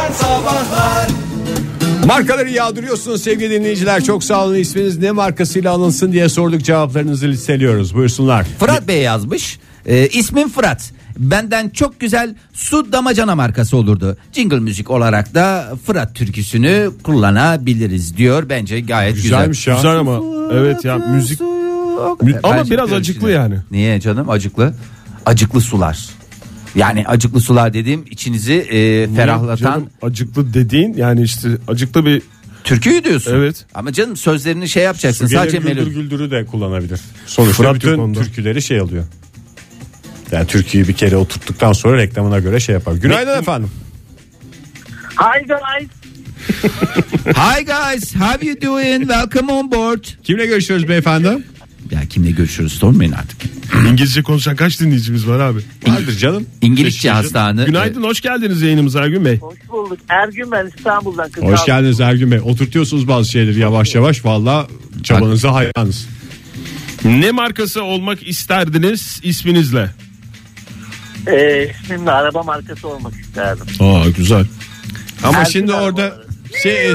Modern Sabahlar. Markaları yağdırıyorsunuz sevgili dinleyiciler. Çok sağ olun. İsminiz ne markasıyla alınsın diye sorduk, cevaplarınızı listeliyoruz. Buyursunlar. Fırat Bey yazmış. İsmim Fırat. Benden çok güzel su damacana markası olurdu. Jingle müzik olarak da Fırat türküsünü kullanabiliriz diyor. Bence gayet Güzelmiş ya. Güzel ama evet ya müzik ama Bence biraz öyle acıklı düşünüyorum. yani. Niye canım acıklı? Acıklı sular. Yani acıklı sular dediğim içinizi ferahlatan Canım, acıklı dediğin yani işte acıklı bir türküyü diyorsun. Evet. Ama canım sözlerini şey yapacaksın. Su gelir Sadece güldür melodi. güldürü de kullanabilir. Sonuçta Fırat bütün yok onda. türküleri şey alıyor. Yani türküyü bir kere oturttuktan sonra reklamına göre şey yapar. Günaydın efendim. Hi guys. Hi guys, how you doing? Welcome on board. Kimle görüşüyoruz beyefendi? Ya kimle görüşürüz sormayın artık. İngilizce konuşan kaç dinleyicimiz var abi? Vardır canım. İngilizce hastane. Günaydın, hoş geldiniz yayınımıza Ergün Bey. Hoş bulduk. Ergün ben İstanbul'dan. Hoş geldiniz Ergün Bey. Oturtuyorsunuz bazı şeyleri yavaş yavaş. Valla çabanıza hayranız. Ne markası olmak isterdiniz isminizle? İsmimle araba markası olmak isterdim. Aa güzel. Ama Ergün şimdi arabaları. orada şey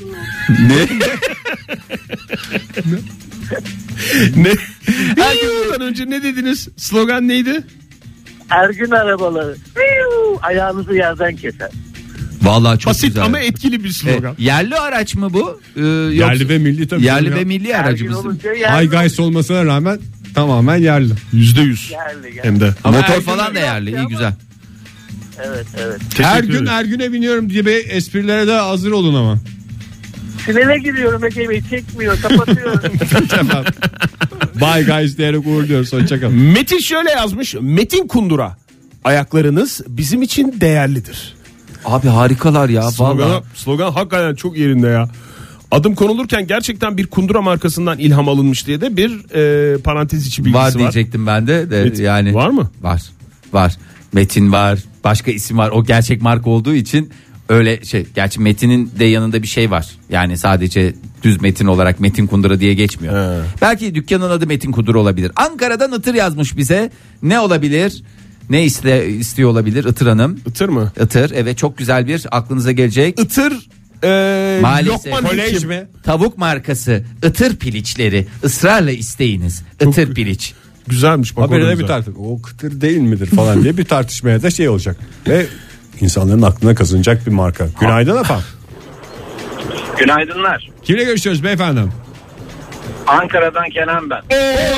Ne? Ergün'den önce ne dediniz? Slogan neydi? Ergün arabaları. Ayağınızı yerden keser. Vallahi çok Basit güzel. ama etkili bir slogan. Yerli araç mı bu? yerli ve milli tabii. Yerli canım ve ya. milli Ergün aracımız. olunca Hi guys olmasına rağmen tamamen yerli. %100 yerli. hem de. Ama Motor Ergün falan da yerli. İyi güzel. Evet. Her Teşekkür gün ederim. Ergün'e biniyorum diye esprilere de hazır olun ama. Tünele giriyorum Ege Bey çekmiyor kapatıyorum. Tamam. Bye guys diyerek uğurluyoruz. Hoşçakalın. Metin şöyle yazmış. Metin Kundura. Ayaklarınız bizim için değerlidir. Abi harikalar ya vallahi. Slogan hakikaten çok yerinde ya. Adım konulurken gerçekten bir kundura markasından ilham alınmış diye de bir parantez içi bilgisi Var var. diyecektim ben de. Metin, Yani var mı? Var. Metin var. Başka isim var. O gerçek marka olduğu için öyle şey. Gerçi Metin'in de yanında bir şey var. Yani sadece düz Metin olarak Metin Kundura diye geçmiyor. He. Belki dükkanın adı Metin Kundura olabilir. Ankara'dan Itır yazmış bize. Ne olabilir? Ne istiyor olabilir Itır Hanım? Itır mı? Itır, evet, çok güzel bir aklınıza gelecek. Itır Maalesef. Lokman Kolej Hekim. mi? Tavuk markası Itır piliçleri ısrarla isteyiniz. Itır piliç. Güzelmiş bak. Haberde o da bir güzel. tartışma. O kıtır değil midir falan diye bir tartışmaya da şey olacak. Ve insanların aklına kazınacak bir marka. Günaydın efendim. Günaydınlar. Kimle görüşüyoruz beyefendi? Ankara'dan Kenan ben.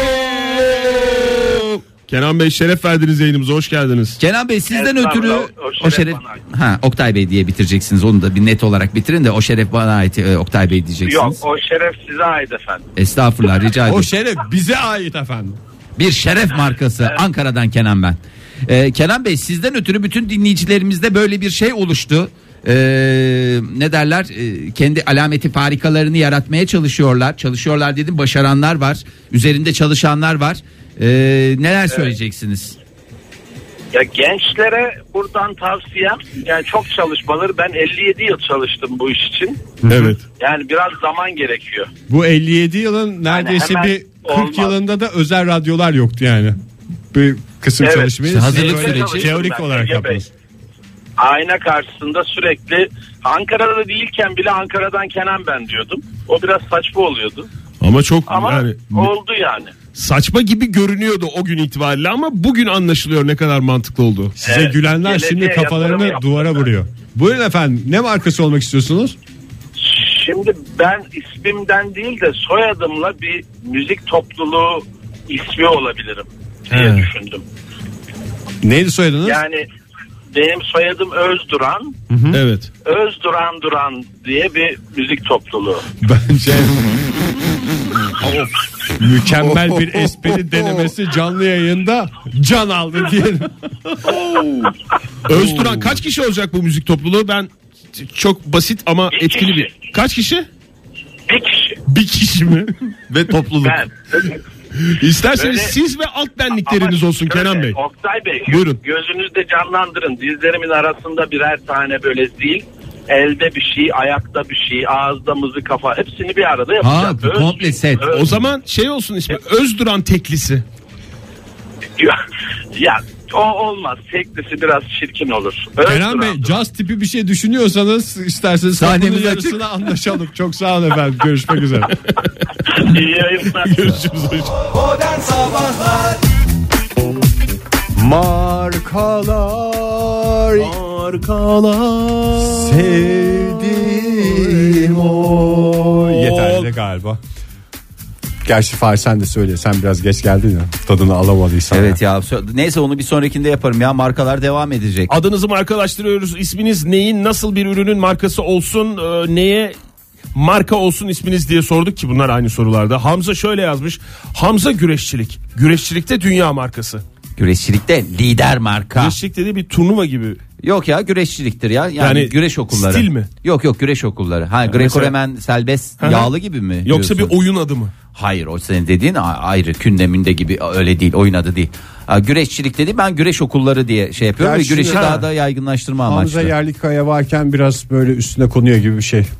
Kenan Bey şeref verdiniz yayınımıza, hoş geldiniz. Kenan Bey sizden Estağfurullah, ötürü o şeref bana ait. Oktay Bey diye bitireceksiniz. Onu da bir net olarak bitirin de o şeref bana ait, Oktay Bey diyeceksiniz. Yok, o şeref size ait efendim. Estağfurullah, rica ederim. O şeref bize ait efendim. Bir şeref markası Ankara'dan Kenan ben. Kenan Bey sizden ötürü bütün dinleyicilerimizde böyle bir şey oluştu. Ne derler, kendi alameti farikalarını yaratmaya çalışıyorlar dedim, başaranlar var, üzerinde çalışanlar var. Neler söyleyeceksiniz? Ya gençlere buradan tavsiyem, yani çok çalışmaları. Ben 57 yıl çalıştım bu iş için. Evet. Yani biraz zaman gerekiyor. Bu 57 yılın neredeyse hemen bir 40 olmaz. yılında da özel radyolar yoktu yani. Bir kısım Evet. çalışmayı İşte hazırlık siz böyle süreci. teorik Ben olarak Ege yaptınız. Ayna karşısında sürekli Ankara'da değilken bile Ankara'dan Kenan ben diyordum. O biraz saçma oluyordu. Ama çok Ama yani oldu yani. saçma gibi görünüyordu o gün itibariyle ama bugün anlaşılıyor ne kadar mantıklı olduğu. Size Evet, gülenler geleceğe şimdi yatırım kafalarını yaptılar. duvara vuruyor. Buyurun efendim, ne markası olmak istiyorsunuz? Şimdi ben ismimden değil de soyadımla bir müzik topluluğu ismi olabilirim diye düşündüm. Neydi soyadınız? Yani benim soyadım Özduran. Evet. Özduran Duran diye bir müzik topluluğu. Bence mükemmel bir espri denemesi canlı yayında can aldı diyelim. Özturan kaç kişi olacak bu müzik topluluğu? Ben çok basit ama Bir etkili kişi. bir. Kaç kişi? Bir kişi. Bir kişi mi? Ve topluluk. Ben. İsterseniz Böyle- siz ve alt benlikleriniz Ama olsun şöyle, Kenan Bey. Oktay Bey, Buyurun. gözünüzde canlandırın. Dizlerimin arasında birer tane böyle zil, elde bir şey, ayakta bir şey, ağızda mızı, kafa, hepsini bir arada yapacağım. Ha, komple set. O zaman şey olsun ismi Özduran teklisi. Ya O olmaz. Teklisi biraz çirkin olur. Kenan Bey caz tipi bir şey düşünüyorsanız isterseniz Sahnemiz kapının yarısına anlaşalım. Çok sağ olun efendim. Görüşmek üzere. İyi yayınlar. Görüşürüz hocam. Modern Sabahlar. Markalar Arkalar. sevdiğim o. Yeterli galiba. Gerçi Fahri sen de söyle. Sen biraz geç geldin ya. Tadını alamadıysan. Evet ya. Neyse onu bir sonrakinde yaparım ya. Markalar devam edecek. Adınızı markalaştırıyoruz. İsminiz neyin, nasıl bir ürünün markası olsun, neye marka olsun isminiz diye sorduk ki bunlar aynı sorularda. Hamza şöyle yazmış. Hamza güreşçilik. Güreşçilikte dünya markası. Güreşçilikte lider marka. Güreşçilik dediği bir turnuva gibi. Yok ya güreşçiliktir ya. Yani güreş okulları. Stil mi? Yok güreş okulları. Ha Greco-Romen serbest yağlı gibi mi? Yoksa diyorsun? bir oyun adı mı? Hayır o senin dediğin ayrı kündeminde gibi öyle değil, oyun adı değil. Güreşçilik dedi, ben güreş okulları diye şey yapıyorum Gerçi ve güreşi ha. daha da yaygınlaştırma Hamza amaçlı. Yerlikaya varken biraz böyle üstüne konuyor gibi bir şey.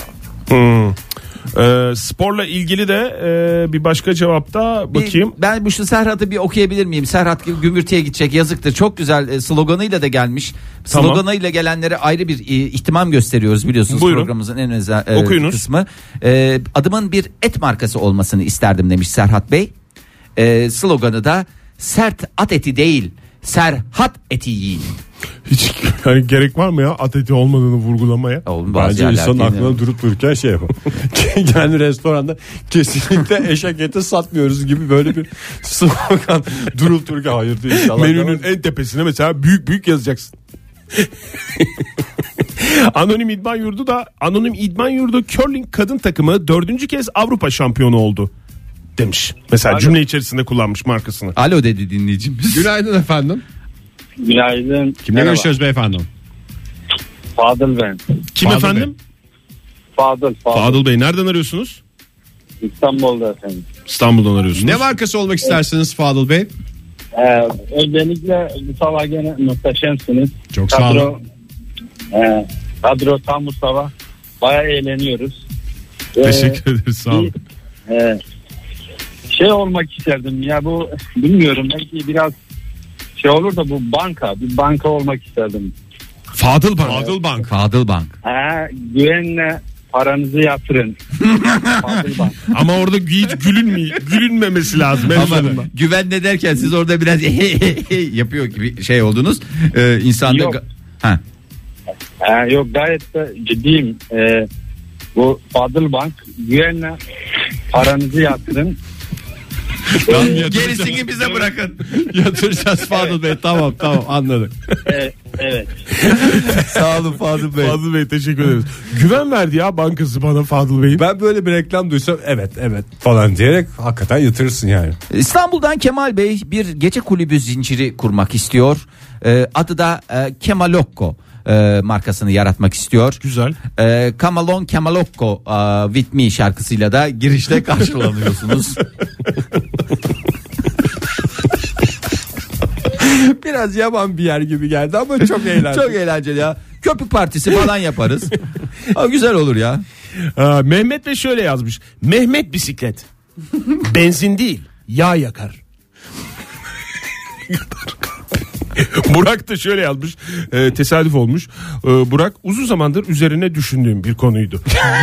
Sporla ilgili de bir başka cevapta bakayım. Ben bu şu Serhat'ı bir okuyabilir miyim? Serhat Gümürtü'ye gidecek, yazıktır. Çok güzel sloganıyla da gelmiş. Tamam. Sloganıyla gelenlere ayrı bir ihtimam gösteriyoruz biliyorsunuz. Buyurun. Programımızın en özel Okuyunuz. kısmı. Adımın bir et markası olmasını isterdim demiş Serhat Bey. Sloganı da sert at eti değil, Serhat eti yiyin. Hiç yani gerek var mı ya at eti olmadığını vurgulamaya? Oğlum, bazı Bence yerler insanın değil aklına mi? durup dururken şey yapalım. Kendi restoranda kesinlikle eşek eti satmıyoruz gibi böyle bir slogan durup dururken hayır değil. Menünün en tepesine mesela büyük büyük yazacaksın. Anonim İdman Yurdu curling kadın takımı 4. kez Avrupa şampiyonu oldu demiş. Mesela cümle içerisinde kullanmış markasını. Alo dedi dinleyicimiz. Günaydın efendim. Günaydın. Kimle görüşüyoruz beyefendi? Fadıl ben. Kim Fadıl efendim? Fadıl. Fadıl Bey nereden arıyorsunuz? İstanbul'da efendim. İstanbul'dan arıyorsunuz. Ne markası olmak istersiniz Fadıl Bey? Özellikle bu sabah gene muhteşemsiniz. Çok sağ olun. Kadro tam bu sabah. Baya eğleniyoruz. Teşekkür ederiz sağ olun. Şey olmak isterdim ya bu bilmiyorum belki biraz şey olur da bu bir banka olmak isterdim. Fadıl Bank. Fadıl Bank. Güvenle paranızı yatırın. Fadıl Bank. Ama orada hiç gülünmemesi lazım. Ama güvenle derken siz orada biraz yapıyor gibi şey oldunuz. İnsanda Yok. Yok gayet de ciddiyim. Bu Fadıl Bank güvenle paranızı yatırın. Gerisini bize bırakın. Yatıracağız Fadıl Bey. Tamam anladık. Evet. Sağ olun Fadıl Bey. Fadıl Bey teşekkür ederiz. Güven verdi ya bankası bana Fadıl Bey'in. Ben böyle bir reklam duysam evet falan diyerek hakikaten yatırırsın yani. İstanbul'dan Kemal Bey bir gece kulübü zinciri kurmak istiyor. Adı da Kemalokko markasını yaratmak istiyor. Güzel. Kamalon Kemalokko With Me şarkısıyla da girişte karşılanıyorsunuz. Biraz yaman bir yer gibi geldi ama çok eğlenceli. Çok eğlenceli ya. Köpük partisi falan yaparız. Güzel olur ya. Mehmet Bey şöyle yazmış. Mehmet bisiklet. Benzin değil, yağ yakar. Burak da şöyle yazmış. Tesadüf olmuş. Burak uzun zamandır üzerine düşündüğüm bir konuydu.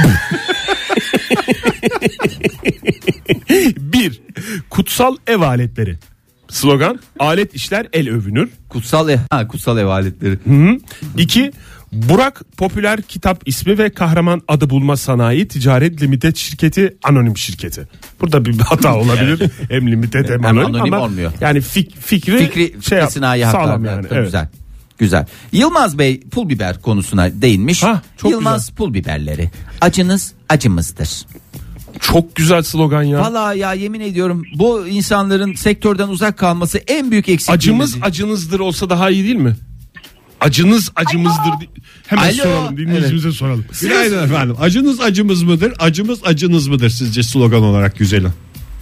1. Kutsal ev aletleri. Slogan: alet işler el övünür. Kutsal ev aletleri. 2. Burak popüler kitap ismi ve kahraman adı bulma sanayi ticaret limited şirketi anonim şirketi. Burada bir hata olabilir. Hem limited hem anonim ama olmuyor. Yani fikri sanayi sağlam haklar. yani. Evet. Güzel. Yılmaz Bey pul biber konusuna değinmiş. Çok Yılmaz güzel. pul biberleri. Acınız acımızdır. Çok güzel slogan ya. Vallahi ya yemin ediyorum bu insanların sektörden uzak kalması en büyük eksikliğimiz. Acımız acınızdır olsa daha iyi değil mi? Acınız acımızdır. Hemen Alo. soralım dinleyicimize soralım. Günaydın efendim. Acınız acımız mıdır? Acımız acınız mıdır sizce slogan olarak güzelim?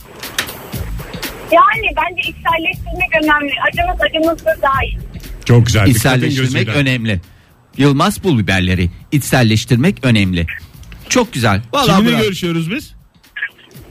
Yani bence içselleştirmek önemli. Acımızdır daha iyi. Çok güzel. İçselleştirmek önemli. Yılmaz pul biberleri. İçselleştirmek önemli. Çok güzel. Vallahi Kiminle bravo. görüşüyoruz biz?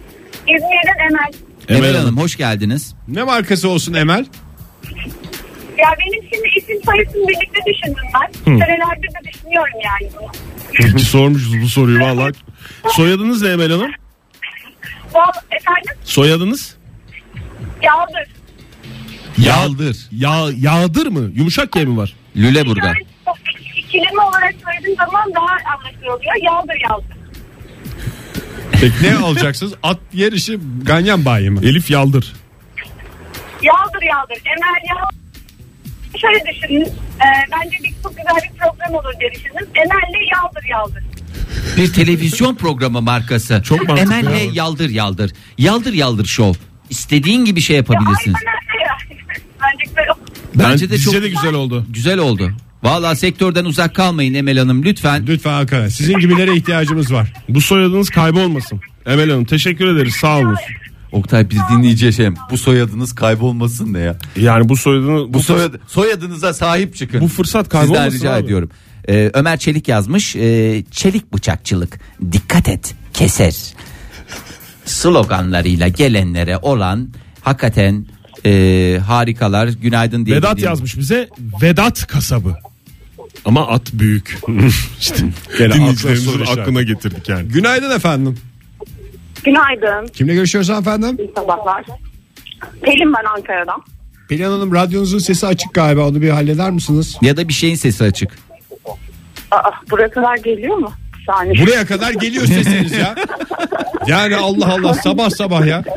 İzmir'den Emel. Emel Hanım hoş geldiniz. Ne markası olsun Emel? Ya benim şimdi isim soyisim birlikte düşündüm ben. Senelerdir de düşünüyorum yani bunu. Peki sormuşuz bu soruyu vallahi. Soyadınız ne Emel Hanım? Efendim? Soyadınız? Yağdır. Yaldır. Yağdır mı? Yumuşak G mi var? Lüleburgaz. Kelime olarak söylediğim zaman daha anlaşılır oluyor. Yağdır. Peki ne olacaksınız? At yarışı ganyan bayi mi? Elif Yaldır. Yağdır. Emel Yağdır. Şöyle düşünün. Bence çok güzel bir program olur diye düşündüm. Emel'le Yağdır. Bir televizyon programı markası. Çok mantıklı Emel ya. H. Yaldır. Yaldır Show. İstediğin gibi şey yapabilirsiniz. Bence güzel olur. Bence de Bizce çok de güzel oldu. güzel oldu. Vallahi sektörden uzak kalmayın Emel Hanım lütfen. Lütfen Hakan. Sizin gibilere ihtiyacımız var. Bu soyadınız kaybolmasın. Emel Hanım teşekkür ederiz, sağ olun. Oktay bir dinleyiciye şey, bu soyadınız kaybolmasın ne ya? Yani bu soyadını Soyadınıza sahip çıkın. Bu fırsat Sizden kaybolmasın rica abi. ediyorum. Ömer Çelik yazmış. Çelik bıçakçılık. Dikkat et, keser. Sloganlarıyla gelenlere olan hakikaten harikalar. Günaydın diye. Vedat yazmış bize, Vedat kasabı. Ama at büyük. İşte Gene dinleyicilerimizin akla soru aklına getirdik yani. Günaydın efendim. Günaydın. Kimle görüşüyoruz efendim? İyi sabahlar. Pelin ben Ankara'dan. Pelin Hanım, radyonuzun sesi açık galiba, onu bir halleder misiniz? Ya da bir şeyin sesi açık. Buraya kadar geliyor mu? Bir saniye. Buraya kadar geliyor sesiniz ya. Yani Allah sabah ya.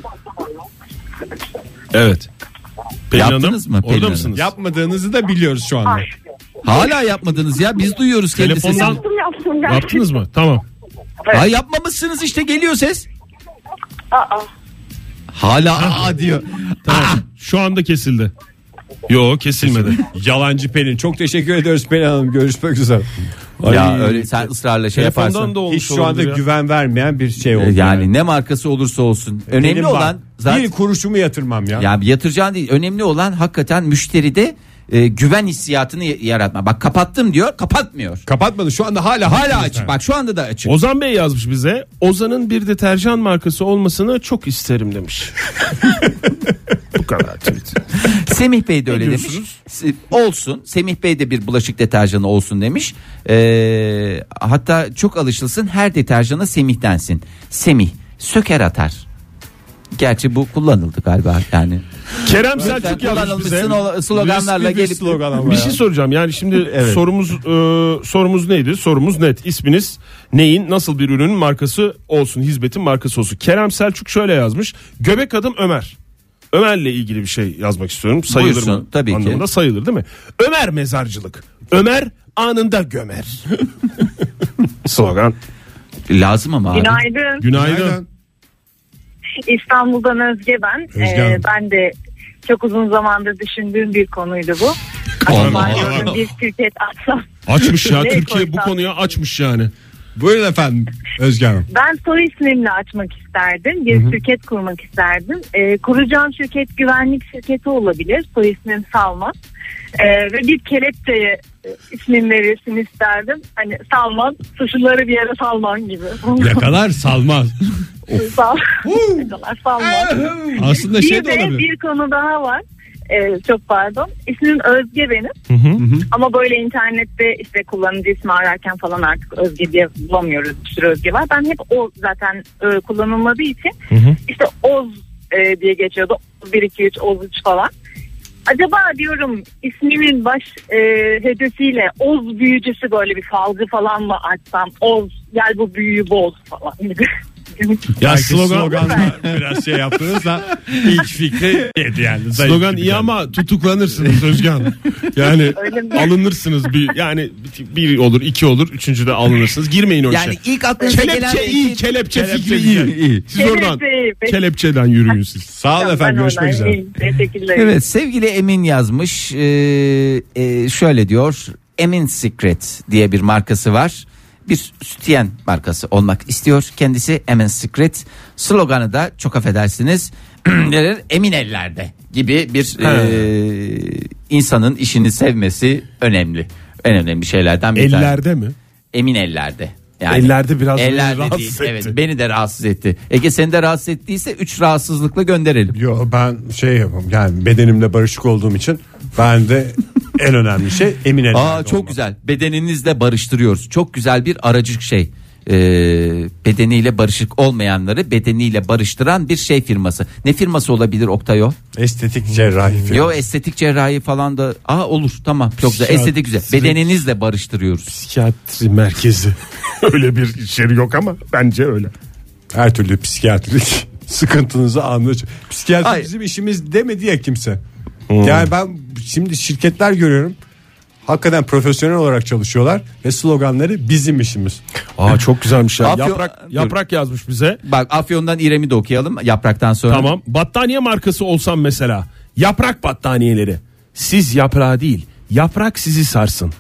Evet. Pelin Yaptınız Hanım, mı Pelin orada Hanım? mısınız? Yapmadığınızı da biliyoruz şu anda. Hala yapmadınız ya, biz duyuyoruz kendi Telefondan- sesini. Yaptım. Yaptınız mı? Tamam. Ha, yapmamışsınız işte, geliyor ses. Aa. Hala diyor. Tamam. Şu anda kesildi. Yo, kesilmedi. Yalancı Pelin. Çok teşekkür ediyoruz Pelin Hanım. Görüşmek üzere. Ya Ay, öyle sen ısrarla şey Telefondan yaparsan. da olmuş hiç şu anda olabilir ya. güven vermeyen bir şey oldu. Yani ne markası olursa olsun. Önemli Pelin olan bak, zaten bir kuruşumu yatırmam ya. ya yatıracağın değil. Önemli olan hakikaten müşteride güven hissiyatını yaratma. Bak kapattım diyor, kapatmıyor. Kapatmadı şu anda hala Açık. Bak şu anda da açık. Ozan Bey yazmış bize, Ozan'ın bir deterjan markası olmasını çok isterim demiş. Bu kadar tweet. Semih Bey de öyle demiş. diyorsunuz? Olsun. Semih Bey de bir bulaşık deterjanı olsun demiş. Hatta çok alışılsın, her deterjana Semih densin. Semih söker atar. Gerçi bu kullanıldı galiba yani. Kerem Lütfen Selçuk yazmış bize. kullanılmış sloganlarla Riskli bir gelip slogan ama Bir ya. şey soracağım. Yani şimdi sorumuz neydi? Sorumuz net. İsminiz neyin, nasıl bir ürünün markası olsun, hizmetin markası olsun. Kerem Selçuk şöyle yazmış. Göbek adım Ömer. Ömer'le ilgili bir şey yazmak istiyorum. Sayılır Buyursun, mı? tabii ki. Anlamında sayılır değil mi? Ömer mezarcılık. Ömer anında gömer. Slogan. lazım ama abi. Günaydın. Günaydın. İstanbul'dan Özge ben. Özge Hanım. Ben de çok uzun zamandır düşündüğüm bir konuydu bu. Allah Acaba Allah. diyorum bir şirket açsam. Açmış ya, Ne Türkiye bu koysam? konuya açmış yani. Buyurun efendim Özge Hanım. Ben soy ismimle açmak isterdim. Bir şirket kurmak isterdim. Kuracağım şirket güvenlik şirketi olabilir. Soy ismim Salman. Ve bir kelepçeye ismim verilsin isterdim. Hani Salman, suçluları bir yere Salman gibi. Yakalar salmaz. Salman. Aslında şey Bir de de olabilir. bir konu daha var. Çok pardon. İsmim Özge benim. Ama böyle internette işte kullanıcı ismi ararken falan artık Özge diye bulamıyoruz. Bir sürü Özge var. Ben hep o zaten kullanılmadığı için işte Oz diye geçiyordu. Oz 1, 2, 3, Oz 3 falan. Acaba diyorum ismimin baş hedefiyle Oz büyücüsü böyle bir falcı falan mı açsam? Oz gel bu büyüyü boz falan gibi. Ya Belki slogan sloganla biraz şey yaptınız da ilk fikri yedi yani. Zayıf slogan gibi iyi geldi. ama tutuklanırsınız Özcan. Yani Öyle mi? alınırsınız yani bir olur, iki olur, üçüncü de alınırsınız. Girmeyin o Yani işe. ilk aklınıza gelen Kelepçe iyi, kelepçe fikri iyi. iyi. Siz oradan Kelepçe iyi. Peki. kelepçeden yürüyün siz. Sağ olun efendim, Ben görüşmek oradan üzere. iyiyim. Teşekkürler. Evet, sevgili Emin yazmış. Şöyle diyor. Emin Secret diye bir markası var. Bir sütyen markası olmak istiyor kendisi, Emin Secret. Sloganı da çok affedersiniz emin ellerde gibi bir insanın işini sevmesi önemli. En önemli şeylerden bir tanesi. Ellerde mi? Emin ellerde. Ellerde biraz beni ellerde rahatsız değil. etti. Evet, beni de rahatsız etti. Ege seni de rahatsız ettiyse 3 rahatsızlıkla gönderelim. Yo, ben şey yapayım yani bedenimle barışık olduğum için Ben de en önemli şey emin ellerde Aa çok olmak. güzel. Bedeninizle barıştırıyoruz. Çok güzel bir aracı şey. Bedeniyle barışık olmayanları bedeniyle barıştıran bir şey firması. Ne firması olabilir Oktay o? Estetik cerrahi. Yo estetik cerrahi falan da. Olur tamam çok güzel. Estetik güzel. Bedeninizle barıştırıyoruz. Psikiyatri merkezi. Öyle bir içeri yok ama bence öyle. Her türlü psikiyatrik sıkıntınızı anlayacak. Psikiyatri Hayır. bizim işimiz demedi ya kimse. Yani ben şimdi şirketler görüyorum. Hakikaten profesyonel olarak çalışıyorlar ve sloganları bizim işimiz. Çok güzelmiş ya. Afyon- Yaprak yazmış bize. Bak Afyon'dan İrem'i de okuyalım yapraktan sonra. Tamam. Battaniye markası olsam mesela. Yaprak battaniyeleri. Siz yaprağı değil, yaprak sizi sarsın.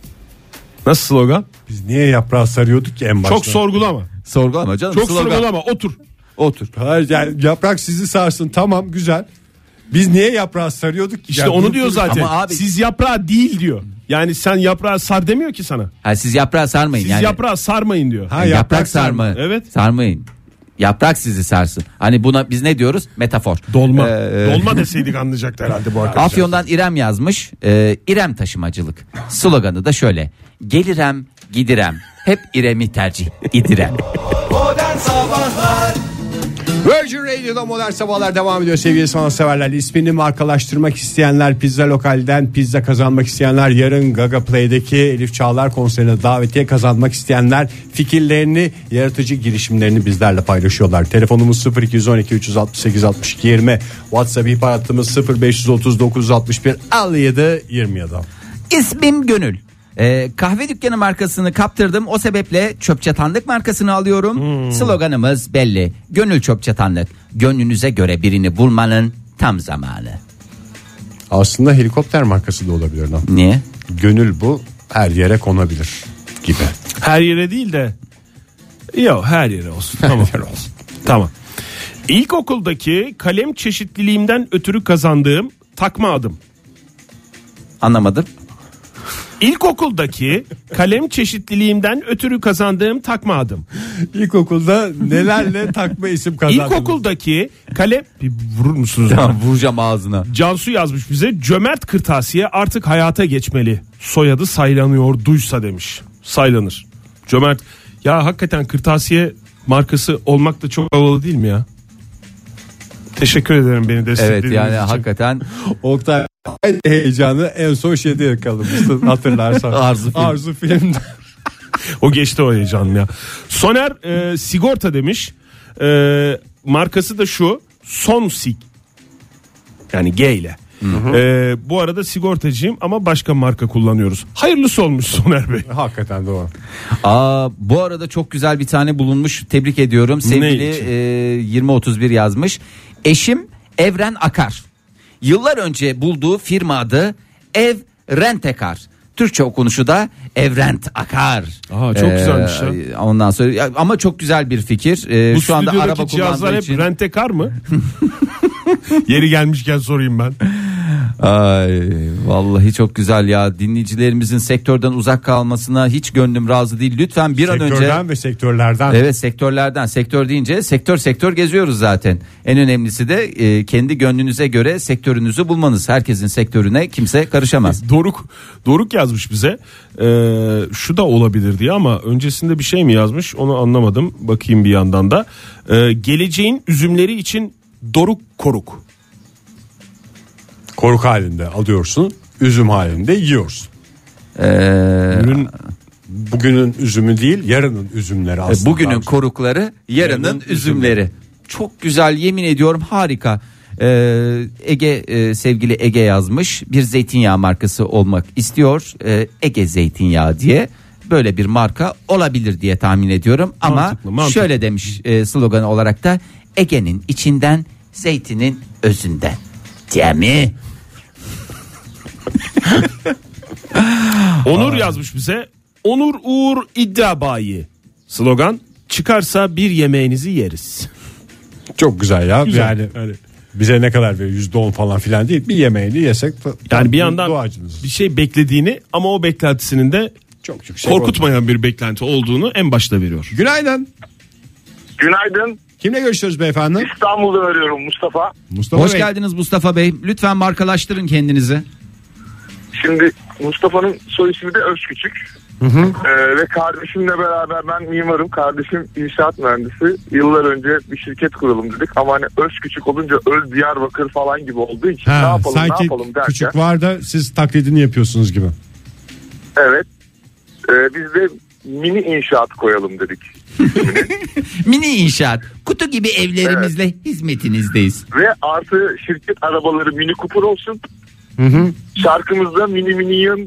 Nasıl slogan? Biz niye yaprağı sarıyorduk ki en başta? Çok sorgulama. Sorgulama canım. Çok slogan. sorgulama. Otur. Otur. Hayır, yani yaprak sizi sarsın, tamam güzel. Biz niye yaprağı sarıyorduk ki? İşte Yani onu durup diyor durup- zaten. Ama abi- Siz yaprağı değil diyor. Yani sen yaprağı sar demiyor ki sana. Ha, siz yaprağı sarmayın. Siz yani. yaprağı sarmayın diyor. Ha, Yani yaprak yaprak sarma. sarma. Evet. Sarmayın. Yaprak sizi sarsın. Hani buna biz ne diyoruz? Metafor. Dolma. Dolma deseydik anlayacaktı herhalde bu arkadaşlar. Afyon'dan İrem yazmış. İrem taşımacılık. Sloganı da şöyle. Gelirem gidirem. Hep İrem'i tercih idirem. Modern Sabahlar Virgin Radio'da Modern Sabahlar devam ediyor sevgili sanatseverler. İsmini markalaştırmak isteyenler, pizza lokalden pizza kazanmak isteyenler, yarın Gaga Play'deki Elif Çağlar konserine davetiye kazanmak isteyenler fikirlerini, yaratıcı girişimlerini bizlerle paylaşıyorlar. Telefonumuz 0212 368 62 20, WhatsApp ihbar hattımız 0539 61 57 27. İsmim Gönül. Kahve dükkanı markasını kaptırdım. O sebeple çöpçatanlık markasını alıyorum. Sloganımız belli. Gönül çöpçatanlık. Gönlünüze göre birini bulmanın tam zamanı. Aslında helikopter markası da olabilir lan. Niye? Gönül bu, her yere konabilir gibi. Her yere değil de. Yok, her yere olsun. Tamam. Tamam. İlkokuldaki kalem çeşitliliğimden ötürü kazandığım takma adım. Anlamadım. İlkokuldaki kalem çeşitliliğimden ötürü kazandığım takma adım. İlkokulda nelerle takma isim kazandınız? İlkokuldaki kalem... Bir vurur musunuz? Tamam, vuracağım ağzına. Cansu yazmış bize. Cömert kırtasiye artık hayata geçmeli. Soyadı saylanıyor duysa demiş. Saylanır. Cömert. Ya hakikaten kırtasiye markası olmak da çok havalı değil mi ya? Teşekkür ederim beni desteklediğiniz Evet yani için. hakikaten Oktay heyecanı en son şeyde yakalamıştın hatırlarsan. Arzu film. filmde. O geçti o heyecan ya. Soner sigorta demiş. Markası da şu. Sonsig. Yani G ile. Bu arada sigortacıyım ama başka marka kullanıyoruz. Hayırlısı olmuş Soner Bey. Hakikaten doğru. Bu arada çok güzel bir tane bulunmuş. Tebrik ediyorum. Sevgili 2031 yazmış. Eşim Evren Akar. Yıllar önce bulduğu firma adı Ev Rentekar. Türkçe okunuşu da Evrent Akar. Çok güzelmiş ya. Ondan sonra ama çok güzel bir fikir. Bu Şu anda araba stüdyodaki cihazlar kullandığı hep için. rentekar mı? Yeri gelmişken sorayım ben. Ay vallahi çok güzel ya. Dinleyicilerimizin sektörden uzak kalmasına hiç gönlüm razı değil. Lütfen bir an önce. Sektörden ve sektörlerden. Evet sektörlerden. Sektör deyince sektör geziyoruz zaten. En önemlisi de kendi gönlünüze göre sektörünüzü bulmanız. Herkesin sektörüne kimse karışamaz. Doruk yazmış bize. Şu da olabilir diye ama öncesinde bir şey mi yazmış onu anlamadım. Bakayım bir yandan da. Geleceğin üzümleri için Doruk Koruk. Koruk halinde alıyorsun, üzüm halinde yiyorsun. Ürün Bugünün üzümü değil, yarının üzümleri aslında. Bugünün korukları, yarının üzümleri. Çok güzel, yemin ediyorum harika. Ege sevgili Ege yazmış. Bir zeytinyağı markası olmak istiyor. Ege zeytinyağı diye. Böyle bir marka olabilir diye tahmin ediyorum. Ama Mantıklı. şöyle demiş slogan olarak da Ege'nin içinden, zeytinin özünden. Değil mi? Onur yazmış bize. Onur Uğur iddia bayi. Slogan çıkarsa bir yemeğinizi yeriz. Çok güzel ya. Güzel. Yani bize ne kadar veriyor, %10 falan filan değil. Bir yemeğini yesek. Yani bir yandan duacınız. bir şey beklediğini ama o beklentisinin de Çok şey korkutmayan bir beklenti olduğunu en başta veriyor. Günaydın. Günaydın. Kimle görüşüyoruz beyefendi? İstanbul'dan arıyorum Mustafa. Mustafa Hoş Bey. geldiniz Mustafa Bey. Lütfen markalaştırın kendinizi. Şimdi Mustafa'nın soy ismi de Özküçük. Ve kardeşimle beraber, ben mimarım, kardeşim inşaat mühendisi. Yıllar önce bir şirket kuralım dedik ama hani Özküçük olunca Öz Diyarbakır falan gibi olduğu için ne yapalım derken. Küçük var da siz taklidini yapıyorsunuz gibi. Evet. Biz de mini inşaat koyalım dedik. Mini inşaat. Kutu gibi evlerimizle hizmetinizdeyiz. Ve artı şirket arabaları Mini Cooper olsun. Şarkımızda mini miniyim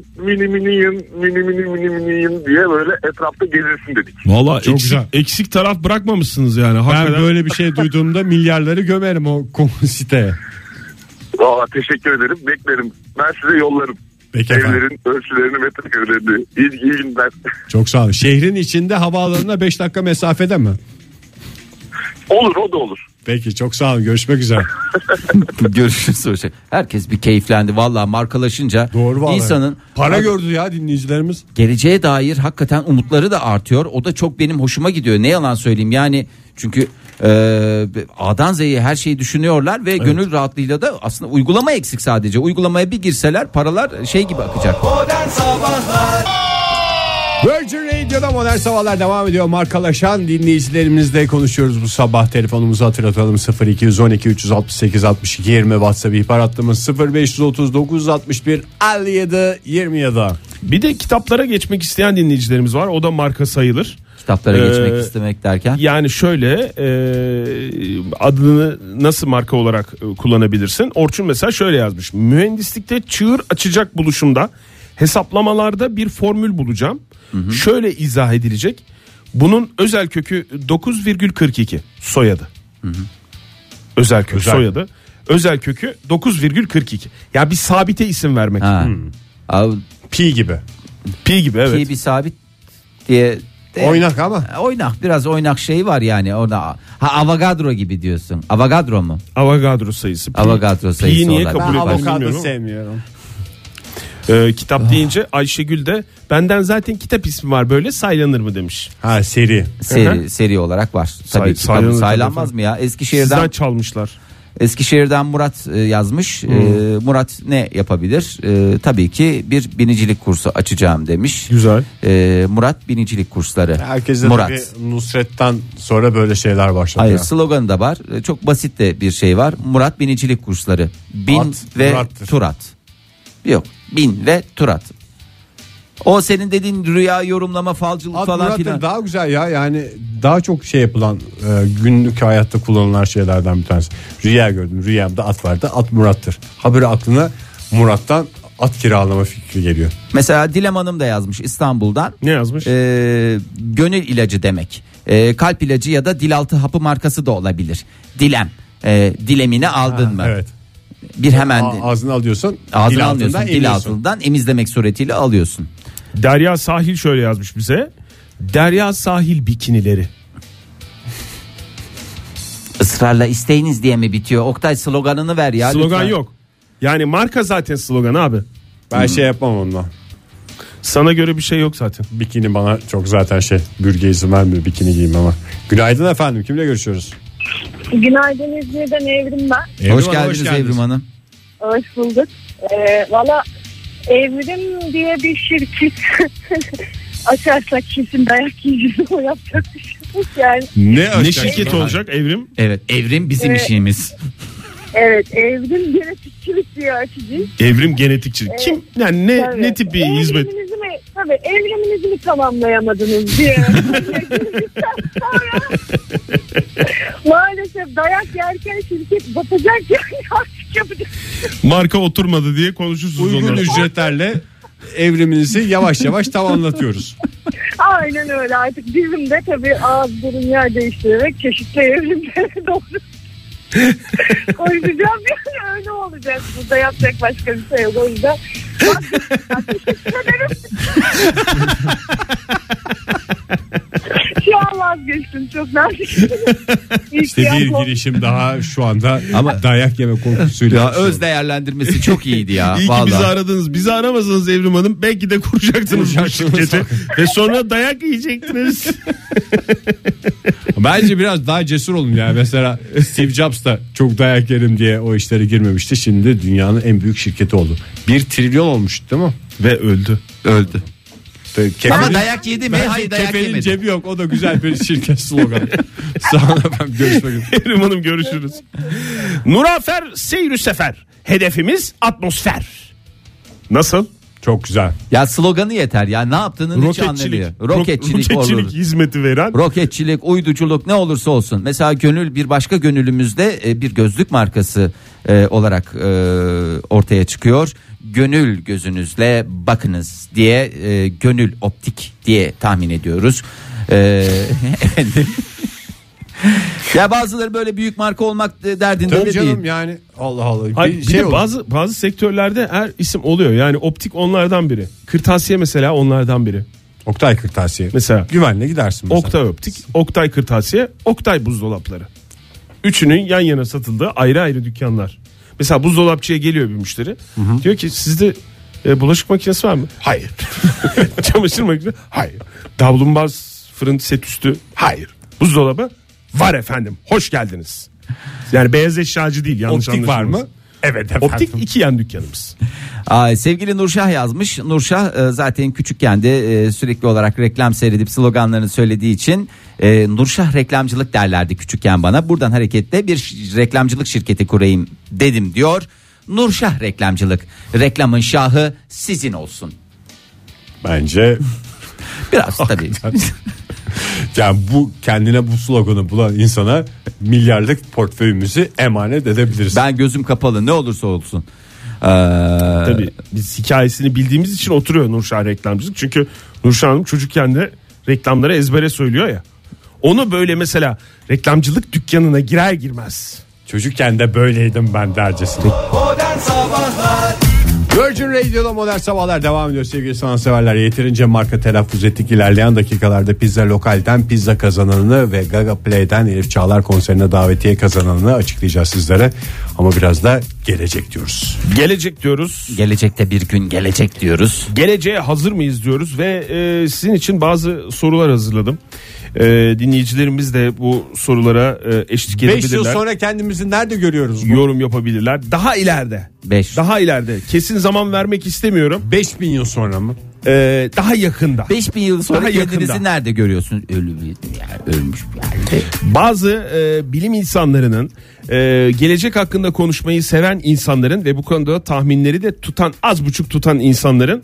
diye böyle etrafta gezilsin dedik. Valla güzel. eksik taraf bırakmamışsınız yani. Ben Hakikaten. böyle bir şey duyduğumda milyarları gömerim o siteye. Teşekkür ederim. Beklerim. Ben size yollarım. Peki efendim. Evlerin ölçülerini, metrekarelerini. İyi günler. Çok sağ olun. Şehrin içinde havaalanına 5 dakika mesafede mi? Olur, o da olur. Peki, çok sağ olun. Görüşmek üzere. Görüşürüz. Herkes bir keyiflendi. Vallahi markalaşınca Doğru vallahi. insanın Para gördü ya dinleyicilerimiz. geleceğe dair hakikaten umutları da artıyor. O da çok benim hoşuma gidiyor. Ne yalan söyleyeyim yani, çünkü A'dan Z'ye her şeyi düşünüyorlar ve gönül rahatlığıyla da aslında uygulama eksik sadece. Uygulamaya bir girseler paralar şey gibi akacak. Modern Sabahlar. Virgin Radio'da Modern Sabahlar devam ediyor. Markalaşan dinleyicilerimizle konuşuyoruz bu sabah. Telefonumuzu hatırlatalım: 0212 368 62 20, WhatsApp ihbar hattımız 0539 61 57 27. Bir de kitaplara geçmek isteyen dinleyicilerimiz var. O da marka sayılır. Kitaplara geçmek istemek derken? Yani şöyle, adını nasıl marka olarak kullanabilirsin? Orçun mesela şöyle yazmış: mühendislikte çığır açacak buluşumda hesaplamalarda bir formül bulacağım. Şöyle izah edilecek: bunun özel kökü 9,42 soyadı. Özel kök soyadı. Özel kökü 9,42. Ya bir sabite isim vermek. Pi gibi. Pi gibi, evet. Pi bir sabit diye. Oynak ama. Oynak, biraz oynak şey var yani orada. Avogadro gibi diyorsun. Avogadro mu? Avogadro sayısı. Avogadro sayısı Pi'yi niye olarak. kabul Ben etmiyorum avokado bilmiyorum. sevmiyorum. Kitap deyince Ayşegül de benden zaten kitap ismi var böyle, saylanır mı demiş. Ha, seri. Seri olarak var. Tabii ki saylanır saylanmaz tabii. mı ya? Sizden çalmışlar. Eskişehir'den Murat yazmış. Murat ne yapabilir? Tabii ki bir binicilik kursu açacağım demiş. Güzel. Murat binicilik kursları. Herkese Murat. tabii Nusret'ten sonra böyle şeyler başladı. Hayır, ya. sloganı da var. Çok basit de bir şey var. Murat binicilik kursları. Bin At, ve Murat'tır. Turat. Yok, bin ve Turat. O senin dediğin rüya yorumlama, falcılık At falan Murat'tır filan. daha güzel ya, yani daha çok şey yapılan günlük hayatta kullanılan şeylerden bir tanesi. Rüya gördüm, rüyamda at vardı, at Murat'tır. Haberi aklına Murat'tan at kiralama fikri geliyor. Mesela Dilem Hanım da yazmış İstanbul'dan. Ne yazmış? Gönül ilacı demek. Kalp ilacı ya da dilaltı hapı markası da olabilir. Dilem. Dilemini aldın mı? Evet. Bir hemen Ağzına alıyorsun. ağzını dil almıyorsun, altından dil emiyorsun. altından emizlemek suretiyle alıyorsun. Derya Sahil şöyle yazmış bize: Derya Sahil bikinileri. Israrla isteyiniz diye mi bitiyor? Oktay, sloganını ver ya. Slogan lütfen. yok. Yani marka zaten slogan abi. Ben şey yapmam onunla. Sana göre bir şey yok zaten. Bikini bana çok zaten bürge izin vermiyor bikini giyeyim ama. Günaydın efendim, kimle görüşüyoruz? Günaydın, İzmir'den Evrim ben. Hoş geldiniz Evrim Hanım. Hoş bulduk. Valla Evrim diye bir şirket açarsak kesin dayak yiyeceğiz, o yapacak bir şey yok yani. Ne şirket olacak Evrim? Evet, Evrim bizim işimiz. Evet, Evrim genetikçilik diye açacağız. Evrim genetikçilik. Kim? Yani ne tip bir hizmet? Evriminizi mi tamamlayamadınız diye. Maalesef dayak yerken şirket batacak yani, artık yapacak. Marka oturmadı diye konuşursunuz Uygun ondan. ücretlerle evriminizi yavaş yavaş tamamlatıyoruz. Aynen öyle, artık bizim de tabii ağız burun yer değiştirerek çeşitli evrimlere doğru koyacağım, yani öyle olacak. Burada yapacak başka bir şey yok, o yüzden teşekkür ederim. Şu an vazgeçtim, çok nazik. İşte bir girişim daha şu anda ama dayak yeme korkusuyla. Ya öz değerlendirmesi çok iyiydi ya. İyi ki vallahi. bizi aradınız. Bizi aramasanız Evrim Hanım belki de kuracaktınız bu şirketi ve sonra dayak yiyecektiniz. Bence biraz daha cesur olun yani. Mesela Steve Jobs da çok dayak yerim diye o işlere girmemişti. Şimdi dünyanın en büyük şirketi oldu. 1 trilyon olmuş değil mi? Ve öldü. Ama dayak yedi mi? Hayır, dayak kefenin yemedi. cebi yok. O da güzel bir şirket sloganı. Sağ olun efendim, görüşmek üzere. Erim Hanım görüşürüz. Nurafer Seyrü Sefer. Hedefimiz atmosfer. Nasıl? Çok güzel. Ya sloganı yeter ya, ne yaptığının hiç anlamıyor. Roketçilik olur. hizmeti veren. Roketçilik, uyduculuk, ne olursa olsun. Mesela Gönül, bir başka Gönül'ümüzde bir gözlük markası olarak ortaya çıkıyor. Gönül gözünüzle bakınız diye, Gönül Optik diye tahmin ediyoruz. Efendim. Ya bazıları böyle büyük marka olmak derdinde Tabii de canım değil. yani Allah Allah. Hayır, bir de olur. bazı sektörlerde her isim oluyor. Yani optik onlardan biri. Kırtasiye mesela onlardan biri. Oktay Kırtasiye. Mesela. Güvenle gidersin mesela. Oktay Optik, Oktay Kırtasiye, Oktay Buzdolapları. Üçünün yan yana satıldığı ayrı ayrı dükkanlar. Mesela buzdolapçıya geliyor bir müşteri. Diyor ki sizde bulaşık makinesi var mı? Hayır. Çamaşır makinesi? Hayır. Davlumbaz fırın set üstü? Hayır. Buzdolabı? Var efendim. Hoş geldiniz. Yani beyaz eşyacı değil, yanlış Optik var anlaşılmasın. mı? Evet efendim. Optik 2 yan dükkanımız. Sevgili Nurşah yazmış. Nurşah zaten küçükken de sürekli olarak reklam seyredip sloganlarını söylediği için Nurşah reklamcılık derlerdi küçükken bana. Buradan hareketle bir reklamcılık şirketi kurayım dedim diyor. Nurşah reklamcılık. Reklamın şahı sizin olsun. Bence Biraz tabii. yani bu kendine bu sloganı bulan insana milyarlık portföyümüzü emanet edebiliriz. Ben gözüm kapalı, ne olursa olsun. Tabii biz hikayesini bildiğimiz için oturuyor Nurşah reklamcılık. Çünkü Nurşah Hanım çocukken de reklamları ezbere söylüyor ya. Onu böyle mesela reklamcılık dükkanına girer girmez. Çocukken de böyleydim ben dercesine. Modern Sabahlar. Virgin Radio'da Modern Sabahlar devam ediyor sevgili sanatseverler. Yeterince marka telaffuz ettik. İlerleyen dakikalarda Pizza Lokal'den pizza kazananını ve Gaga Play'den Elif Çağlar konserine davetiye kazananını açıklayacağız sizlere. Ama biraz da gelecek diyoruz. Gelecek diyoruz. Gelecekte bir gün gelecek diyoruz. Geleceğe hazır mıyız diyoruz ve sizin için bazı sorular hazırladım. Dinleyicilerimiz de bu sorulara eşlik 5 edebilirler. yıl sonra kendimizi nerede görüyoruz? Yorum yapabilirler. Daha ileride. 5. Daha ileride. Kesin zaman vermek istemiyorum. 5000 yıl sonra mı? Daha yakında. 5000 yıl sonra Daha kendinizi yakında. nerede görüyorsunuz? Ölmüş bir yerde. Bazı bilim insanlarının gelecek hakkında konuşmayı seven insanların ve bu konuda tahminleri de az buçuk tutan insanların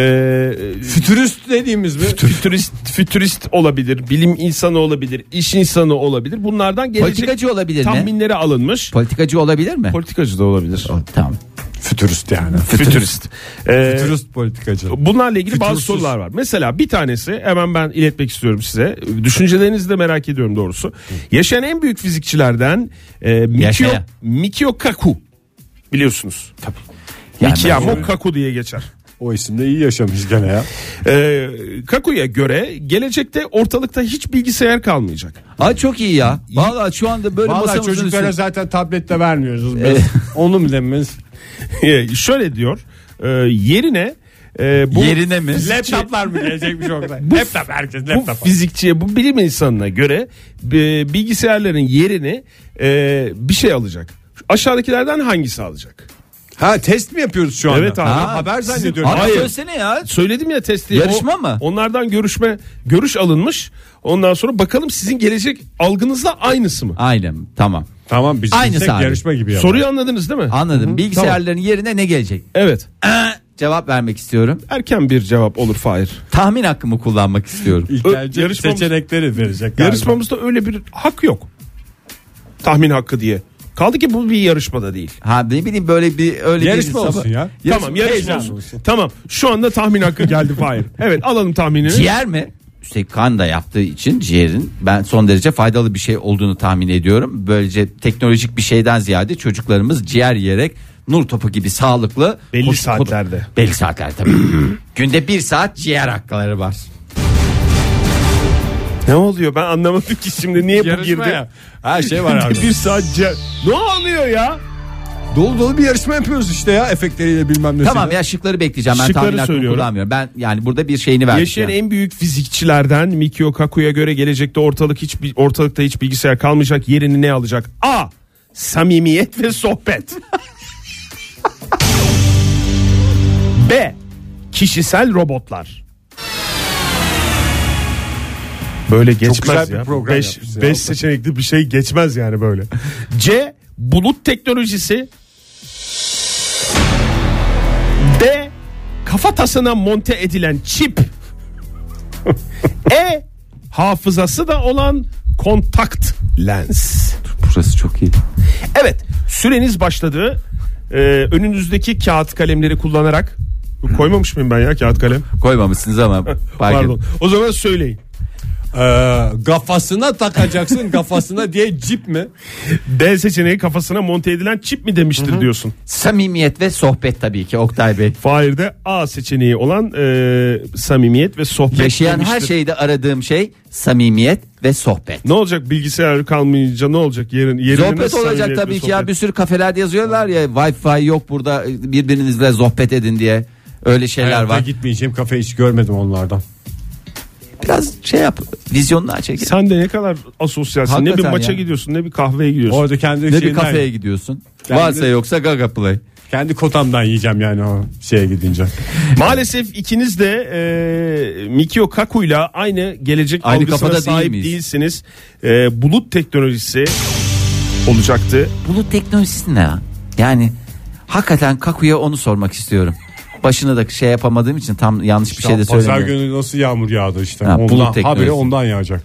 Fütürist dediğimiz mi? fütürist olabilir, bilim insanı olabilir, iş insanı olabilir. Bunlardan gelecek Politikacı olabilir mi? tahminleri alınmış. Politikacı olabilir mi? Politikacı da olabilir. Tamam. Fütürist yani. Fütürist. Fütürist politikacı. Bunlarla ilgili bazı Fütursuz. sorular var. Mesela bir tanesi hemen ben iletmek istiyorum size. Düşüncelerinizi de merak ediyorum doğrusu. Yaşayan en büyük fizikçilerden Yaşayan. Mikio Kaku. Biliyorsunuz. Tabii. Yani Mikio Kaku diye geçer. O isimde iyi yaşamış gene ya. Kaku'ya göre gelecekte ortalıkta hiç bilgisayar kalmayacak. Ay çok iyi ya. Vallahi şu anda böyle Vallahi masamızın çocuklara üstünde. zaten tablette vermiyoruz. Biz. Onu mu dememiz? Şöyle diyor. Yerine bu Yerine mi? Laptoplar mı gelecekmiş orada? Laptop herkes bu laptop. fizikçiye, bu bilim insanına göre bilgisayarların yerini bir şey alacak. Aşağıdakilerden hangisi alacak? Ha test mi yapıyoruz şu anda? Evet abi. Ha, haber zannediyorum. Abi Hayır. söylesene ya. Söyledim ya testi. Yarışma mı? Onlardan görüş alınmış. Ondan sonra bakalım sizin gelecek algınızla aynısı mı? Aynen, tamam. Tamam biz Aynısı gitsek abi. yarışma gibi ya. Soruyu anladınız değil mi? Anladım. Bilgisayarların yerine ne gelecek? Evet. Cevap vermek istiyorum. Erken bir cevap olur Fahir. Tahmin hakkımı kullanmak istiyorum. İlk önce Yarışmamız- seçenekleri verecek galiba. Yarışmamızda öyle bir hak yok. Tahmin hakkı diye. Kaldı ki bu bir yarışmada değil. Ha ne bileyim böyle bir öyle Yarışma bir olsun ya. Tamam yarışma Heyecan olsun. Tamam şu anda tahmin hakkı geldi Fahir. Evet alalım tahminini. Ciğer mi? Üstelik kan da yaptığı için ciğerin ben son derece faydalı bir şey olduğunu tahmin ediyorum. Böylece teknolojik bir şeyden ziyade çocuklarımız ciğer yiyerek nur topu gibi sağlıklı. Belli saatlerde. Belli saatlerde tabii. Günde 1 saat ciğer hakları var. Ne oluyor ben anlamadım ki şimdi niye bu Yarışma girdi? ya. Her şey var abi. Bir saat ne oluyor ya? Dolu dolu bir yarışma yapıyoruz işte ya, efektleriyle bilmem ne. Tamam ya, şıkları bekleyeceğim. Ben Şıkları tahmin hakkımı söylüyorum. kullanmıyorum. Ben yani burada bir şeyini verdim. Yaşayan en büyük fizikçilerden Mikio Kaku'ya göre gelecekte ortalıkta hiç bilgisayar kalmayacak. Yerini ne alacak? A. Samimiyet ve sohbet. B. Kişisel robotlar. Böyle geçmez güzel bir ya. program yapmışsın ya. 5 seçenekli bir şey geçmez yani böyle. C. Bulut teknolojisi. D. Kafatasına monte edilen çip. E. Hafızası da olan kontakt lens. Burası çok iyi. Evet, süreniz başladı. Önünüzdeki kağıt kalemleri kullanarak, koymamış mıyım ben ya kağıt kalem? Koymamışsınız ama. Pardon. O zaman söyleyin. Kafasına takacaksın, kafasına diye cip mi? D seçeneği kafasına monte edilen çip mi demiştir diyorsun. Samimiyet ve sohbet tabii ki Oktay Bey. Fahir de A seçeneği olan samimiyet ve sohbet Yaşayan demiştir. her şeyde aradığım şey samimiyet ve sohbet. Ne olacak, bilgisayar kalmayınca ne olacak? Yerine Sohbet nasıl olacak samimiyet ve tabii ki ya, sohbet? bir sürü kafelerde yazıyorlar ya, Wi-Fi yok burada, birbirinizle sohbet edin diye, öyle şeyler Hayatta var. gitmeyeceğim kafe, hiç görmedim onlardan. Biraz şey yap, vizyonunu aç. Sen de ne kadar asosyalsin. Ne bir Hakikaten maça ya. gidiyorsun, ne bir kahveye gidiyorsun. Orada kendi Ne bir şeyinden- kafeye gidiyorsun. Kendi- Varsa yoksa Gaga Play. kendi kotamdan yiyeceğim yani o şeye gidince. Maalesef ikiniz de Mikio Kaku'yla aynı gelecek Aynı algısına kafada değil sahip miyiz? değilsiniz. Bulut teknolojisi olacaktı. Bulut teknolojisi ne ya? Yani hakikaten Kaku'ya onu sormak istiyorum. Başına da şey yapamadığım için tam yanlış bir şey de Pazar söylemiyorum. günü nasıl yağmur yağdı işte. Ha, bulut ondan, teknolojisi. habire ondan yağacak.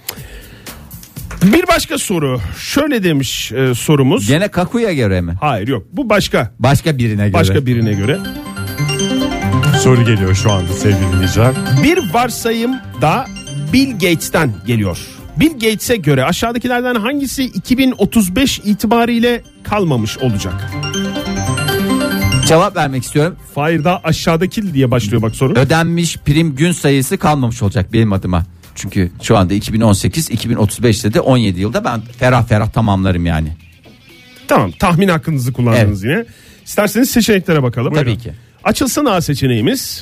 Bir başka soru. Şöyle demiş sorumuz. Gene Kaku'ya göre mi? Hayır, yok. Bu başka. Başka birine göre. Başka birine göre. Soru geliyor şu anda sevgili dinleyiciler. Bir varsayım da Bill Gates'ten geliyor. Bill Gates'e göre aşağıdakilerden hangisi 2035 itibariyle kalmamış olacak? Cevap vermek istiyorum. Fahir daha aşağıdaki diye başlıyor bak soru. Ödenmiş prim gün sayısı kalmamış olacak benim adıma. Çünkü şu anda 2018, 2035'te de 17 yılda ben ferah ferah tamamlarım yani. Tamam, tahmin hakkınızı kullandınız yine. İsterseniz seçeneklere bakalım. Tabii Buyurun. ki. Açılsın A seçeneğimiz.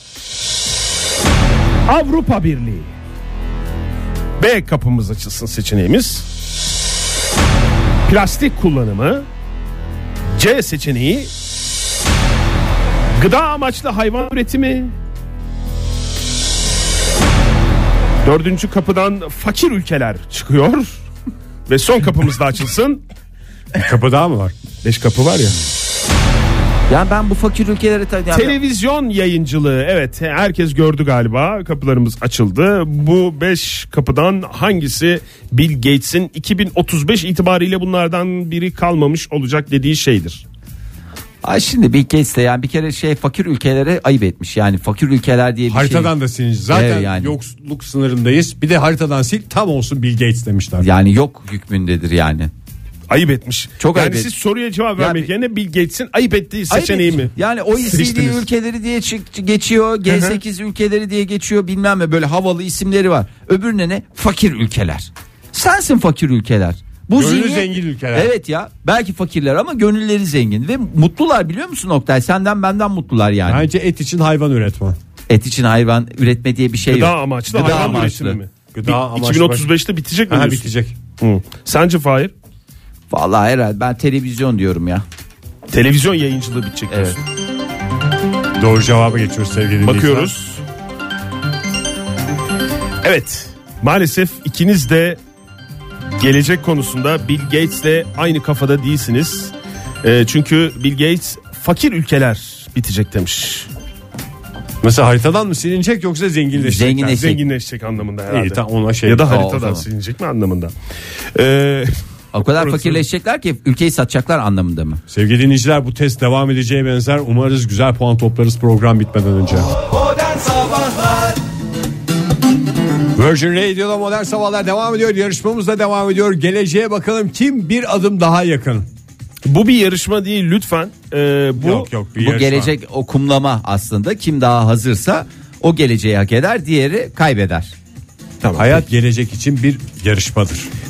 Avrupa Birliği. B kapımız açılsın seçeneğimiz. Plastik kullanımı. C seçeneği. Gıda amaçlı hayvan üretimi. Dördüncü kapıdan fakir ülkeler çıkıyor. Ve son kapımız da açılsın. Kapı daha mı var? 5 kapı var ya. Yani ben bu fakir ülkeleri Televizyon yayıncılığı, evet, herkes gördü galiba, kapılarımız açıldı. Bu 5 kapıdan hangisi Bill Gates'in 2035 itibariyle bunlardan biri kalmamış olacak dediği şeydir? Ay şimdi Bill Gates de yani bir kere fakir ülkelere ayıp etmiş. Yani fakir ülkeler diye bir Haritadan da silinci. Zaten Evet yani. yoksulluk sınırındayız. Bir de haritadan sil, tam olsun Bill Gates demişler. yani yok hükmündedir yani. Ayıp etmiş. Çok yani ayıp siz etmiş. soruya cevap Ya vermek bir- yerine Bill Gates'in ayıp ettiği Ayıp seçeneği etmiş. mi? Yani OECD seçtiniz? ülkeleri diye geçiyor, G8 ülkeleri diye geçiyor, bilmem ne, böyle havalı isimleri var. Öbürüne ne? Fakir ülkeler. Sensin fakir ülkeler. Bu Gönlü zengin ülkeler. Evet ya, belki fakirler ama gönülleri zengin ve mutlular, biliyor musun Oktay? Senden benden mutlular yani. Bence et için hayvan üretme. Et için hayvan üretme diye bir şey Gıda yok. amaçlı Gıda hayvan amaçlı. üretimi mi? Gıda amaçlı. 2035'te bitecek mi Ha, diyorsun? bitecek. Hı. Sence Fahir? Vallahi herhalde ben televizyon diyorum ya. Televizyon yayıncılığı bitecek Evet. diyorsun. Doğru cevaba geçiyoruz sevgili dinleyiciler. Bakıyoruz. Evet, maalesef ikiniz de gelecek konusunda Bill Gates'le aynı kafada değilsiniz. Çünkü Bill Gates fakir ülkeler bitecek demiş. Mesela haritadan mı silinecek yoksa zenginleşecek? Zenginleşecek. Zenginleşecek anlamında herhalde. İyi, tamam, ona şey. Ya da o haritadan zaman. silinecek mi anlamında. O kadar Orası- fakirleşecekler ki ülkeyi satacaklar anlamında mı? Sevgili dinleyiciler, bu test devam edeceğe benzer. Umarız güzel puan toplarız program bitmeden önce. Modern Sabahlar Virgin Radio'da Modern Sabahlar devam ediyor. Yarışmamız da devam ediyor. Geleceğe bakalım, kim bir adım daha yakın? Bu bir yarışma değil lütfen. Bu Yok bir Bu yarışma. gelecek okumlama aslında. Kim daha hazırsa o geleceği hak eder, diğeri kaybeder. Hayat gelecek için bir yarışmadır.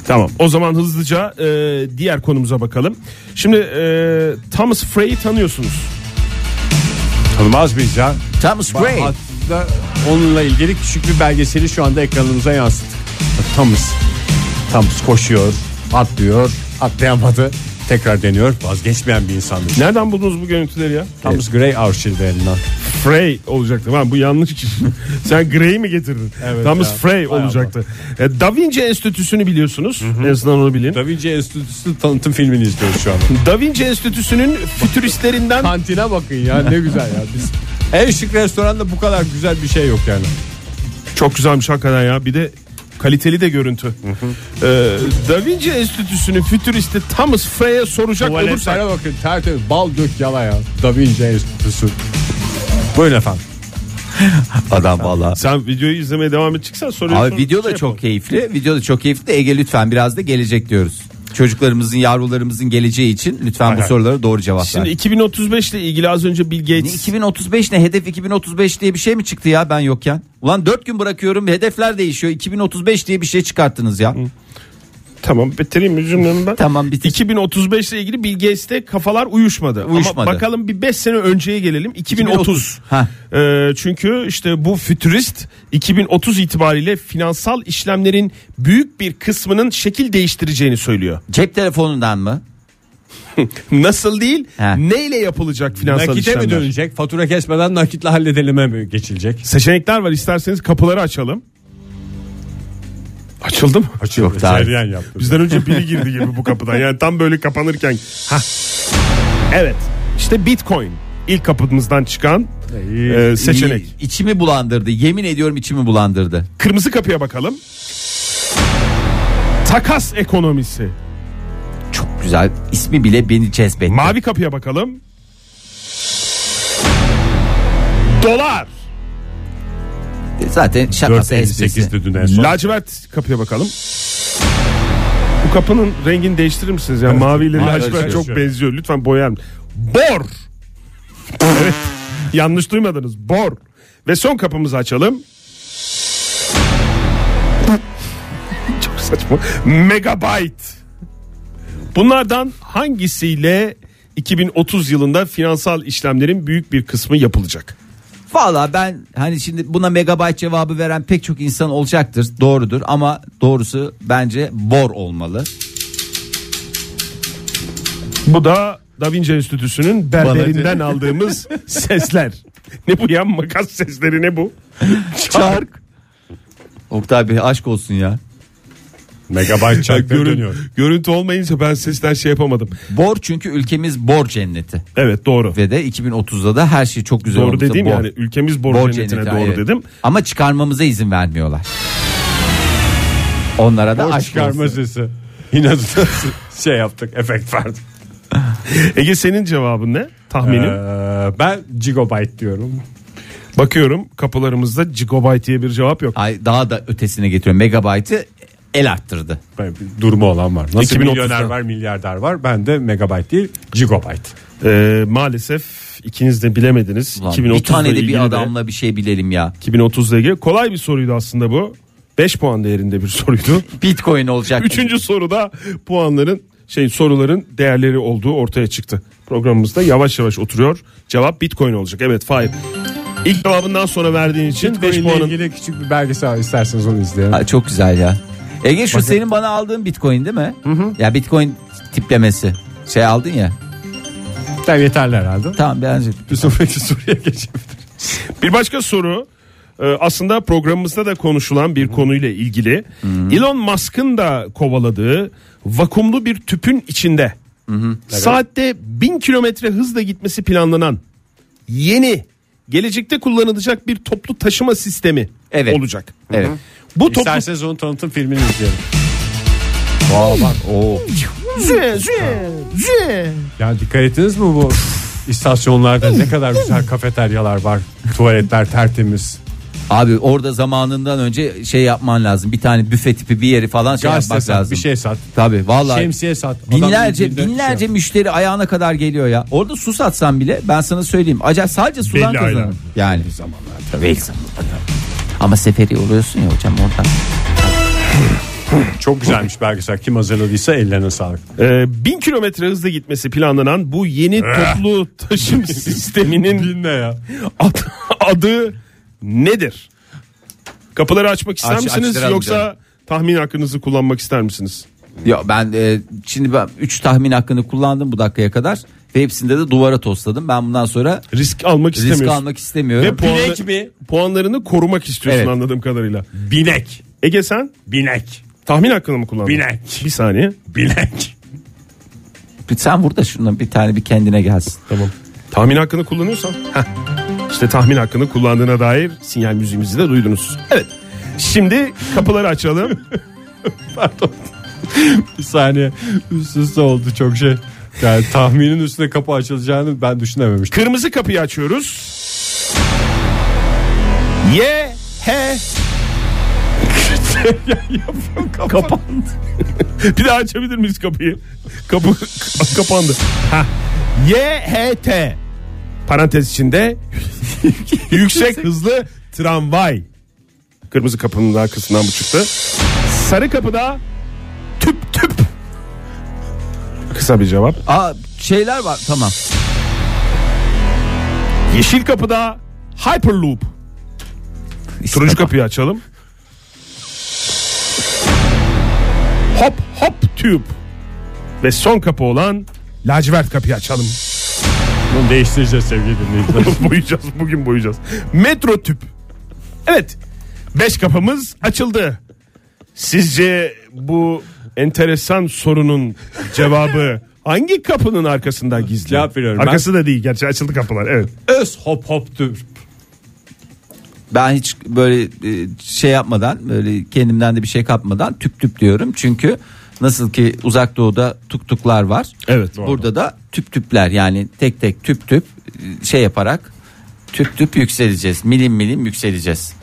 Tamam, o zaman hızlıca diğer konumuza bakalım. Şimdi Thomas Frey'i tanıyorsunuz. Tanımaz mıyız ya? Thomas Frey. Hatta onunla ilgili küçük bir belgeseli şu anda ekranımıza yansıttık. Thomas koşuyor, atlıyor, atlayamadı. Tekrar deniyor, vazgeçmeyen bir insandır. Nereden buldunuz bu görüntüleri ya? Thomas Gray arşivlerinden. Frey olacaktı. Bu yanlış kişi. Sen Gray'i mi getirdin? Evet Thomas ya. Frey olacaktı. Da Vinci Enstitüsü'nü biliyorsunuz. En azından onu bilin. Da Vinci Enstitüsü tanıtım filmini izliyoruz şu an. Da Vinci Enstitüsü'nün fütüristlerinden... Kantine bakın ya, ne güzel ya. Biz en şık restoranda bu kadar güzel bir şey yok yani. Çok güzelmiş hakikaten ya. Bir de kaliteli de görüntü. Da Vinci Enstitüsü'nün fütüristi Thomas Frey'e soracak olursak... Tuvaletlere bakın, tertemiz, bal dök yala ya. Da Vinci Enstitüsü. Buyurun efendim. Adam valla. Sen videoyu izlemeye devam edeceksen soruyorsun. Abi video da çok keyifli. Video da çok keyifli. Ege lütfen biraz da gelecek diyoruz. Çocuklarımızın, yavrularımızın geleceği için lütfen bu sorulara doğru cevap ver. Şimdi 2035 ile ilgili az önce Bill Gates... Ne 2035 ne? Hedef 2035 diye bir şey mi çıktı ya ben yokken? Ulan 4 gün bırakıyorum, hedefler değişiyor. 2035 diye bir şey çıkarttınız ya. Tamam, bitireyim mi cümlemi ben? Tamam, bitir. 2035 ile ilgili Bill Gates'te kafalar uyuşmadı. Ama bakalım bir 5 sene önceye gelelim. 2030. Çünkü işte bu fütürist 2030 itibariyle finansal işlemlerin büyük bir kısmının şekil değiştireceğini söylüyor. Cep telefonundan mı? Nasıl değil? Neyle yapılacak finansal Nakite işlemler? mi dönecek? Fatura kesmeden nakitle halledelime mi geçilecek? Seçenekler var, isterseniz kapıları açalım. Açıldı mı? Yok daha. Bizden önce biri girdi gibi bu kapıdan. Yani tam böyle kapanırken. Evet. İşte Bitcoin ilk kapımızdan çıkan seçenek. İçimi bulandırdı. Yemin ediyorum içimi bulandırdı. Kırmızı kapıya bakalım. Takas ekonomisi. Çok güzel. İsmi bile beni cezbetti. Mavi kapıya bakalım. Dolar. Zaten şakası esprisi. Lacivert kapıya bakalım. Bu kapının rengini değiştirir misiniz? Yani mavi ile lacivert çok benziyor. Lütfen boyar mısın? Bor. Evet. Yanlış duymadınız. Bor. Ve son kapımızı açalım. Çok saçma. Megabyte. Bunlardan hangisiyle 2030 yılında finansal işlemlerin büyük bir kısmı yapılacak? Valla ben hani şimdi buna megabayt cevabı veren pek çok insan olacaktır. Doğrudur ama doğrusu bence bor olmalı. Bu da Da Vinci Enstitüsü'nün berberinden aldığımız sesler. Ne bu ya, makas sesleri, ne bu? Çark. Oktay Bey aşk olsun ya. Megabayt çarkları dönüyor. Görüntü olmayınca ben sesten şey yapamadım. Bor çünkü ülkemiz bor cenneti. Evet, doğru. Ve de 2030'da da her şey çok güzel doğru olursa dediğim bor. yani ülkemiz bor cennetine doğru evet. dedim. Ama çıkarmamıza izin vermiyorlar. Onlara da Bor aşk çıkarma olsun. sesi. İnadına şey yaptık, efekt verdik. Ege, senin cevabın ne? Tahminin? Ben gigabyte diyorum. Bakıyorum kapılarımızda gigabyte diye bir cevap yok. Ay daha da ötesine getiriyor. Megabaytı el arttırdı. Böyle bir durumu olan var. Nasıl 2030'da milyoner var, milyarder var. Ben de megabyte değil, gigabyte. Maalesef ikiniz de bilemediniz. Ulan, 2030'la bir tane de ilgili bir adamla bir şey bilelim ya. 2030'la ilgili kolay bir soruydu aslında bu. 5 puan değerinde bir soruydu. Bitcoin olacak. 3. soruda soruların değerleri olduğu ortaya çıktı. Programımızda yavaş yavaş oturuyor. Cevap Bitcoin olacak. Evet, Fahir. İlk cevabından sonra verdiğin için 5 Bitcoin ile puanın. ilgili küçük bir belgesel, isterseniz onu izleyelim. Ha, çok güzel ya. Ege şu senin bana aldığın Bitcoin değil mi? Hı. Ya Bitcoin tiplemesi. Şey aldın ya. Tamam, yeterli herhalde. Tamam bence. Bir sonraki soruya geçebiliriz. Bir başka soru aslında programımızda da konuşulan bir konuyla ilgili. Elon Musk'ın da kovaladığı vakumlu bir tüpün içinde saatte 1000 kilometre hızla gitmesi planlanan yeni, gelecekte kullanılacak bir toplu taşıma sistemi olacak. Evet. Bu toplu... İsterseniz onun tanıtım filmini izleyelim. Bak. Oo. Yani dikkat ettiniz mi bu istasyonlarda ne kadar güzel kafeteryalar var, tuvaletler tertemiz. Abi orada zamanından önce şey yapman lazım. Bir tane büfe tipi bir yeri falan şey Gazete yapmak sat, lazım. bir şey sat. Tabii vallahi. Şemsiye sat. Binlerce müşteri ayağına kadar geliyor ya. Orada su satsan bile ben sana söyleyeyim. Acayip sadece sudan Belli kazanır. aynen. Yani. Belli zamanlar. Ama seferi oluyorsun ya hocam oradan. Çok güzelmiş belgesel. Kim hazırladıysa ellerine sağlık. 1000 kilometre hızla gitmesi planlanan bu yeni toplu taşım sisteminin Ne ya? adı nedir? Kapıları açmak ister misiniz açtıralım yoksa canım. tahmin hakkınızı kullanmak ister misiniz? Ya ben şimdi 3 tahmin hakkını kullandım bu dakikaya kadar ve hepsinde de duvara tosladım. Ben bundan sonra Risk almak istemiyorsun. risk almak istemiyorum. Ve puanlarını korumak istiyorsun Evet. anladığım kadarıyla. Binek. Ege sen Binek. tahmin hakkını mı kullandın? Binek. Bir saniye. Binek. Sen burada şundan bir tane bir kendine gelsin. Tamam. Tahmin hakkını kullanıyorsan. İşte tahmin hakkını kullandığına dair sinyal müziğimizi de duydunuz. Evet. Şimdi kapıları açalım. Pardon. Bir saniye. Üst üste oldu çok şey. Yani tahminin üstüne kapı açılacağını ben düşünememiştim. Kırmızı kapıyı açıyoruz. H kapandı. Bir daha açabilir miyiz kapıyı? Kapı kapandı. YHT parantez içinde yüksek hızlı tramvay. Kırmızı kapının arkasından bu çıktı. Sarı kapıda tüp. Kısa bir cevap. Şeyler var, tamam. Yeşil kapıda Hyperloop. Turuncu kapıyı açalım. Hop tüp. Ve son kapı olan lacivert kapıyı açalım. Bunu değiştireceğiz sevgili dinleyiciler. Bugün boyayacağız. Metro tüp. Evet. 5 kapımız açıldı. Sizce bu enteresan sorunun cevabı hangi kapının arkasında gizli? Cevap veriyorum. Arkası da değil, gerçi açıldı kapılar. Evet. Öz hop tüp. Ben hiç böyle şey yapmadan, böyle kendimden de bir şey kapmadan tüp diyorum. Çünkü nasıl ki Uzak Doğu'da tuktuklar var. Evet. Burada da tüpler, yani tek tüp şey yaparak tüp yükseleceğiz. Milim yükseleceğiz.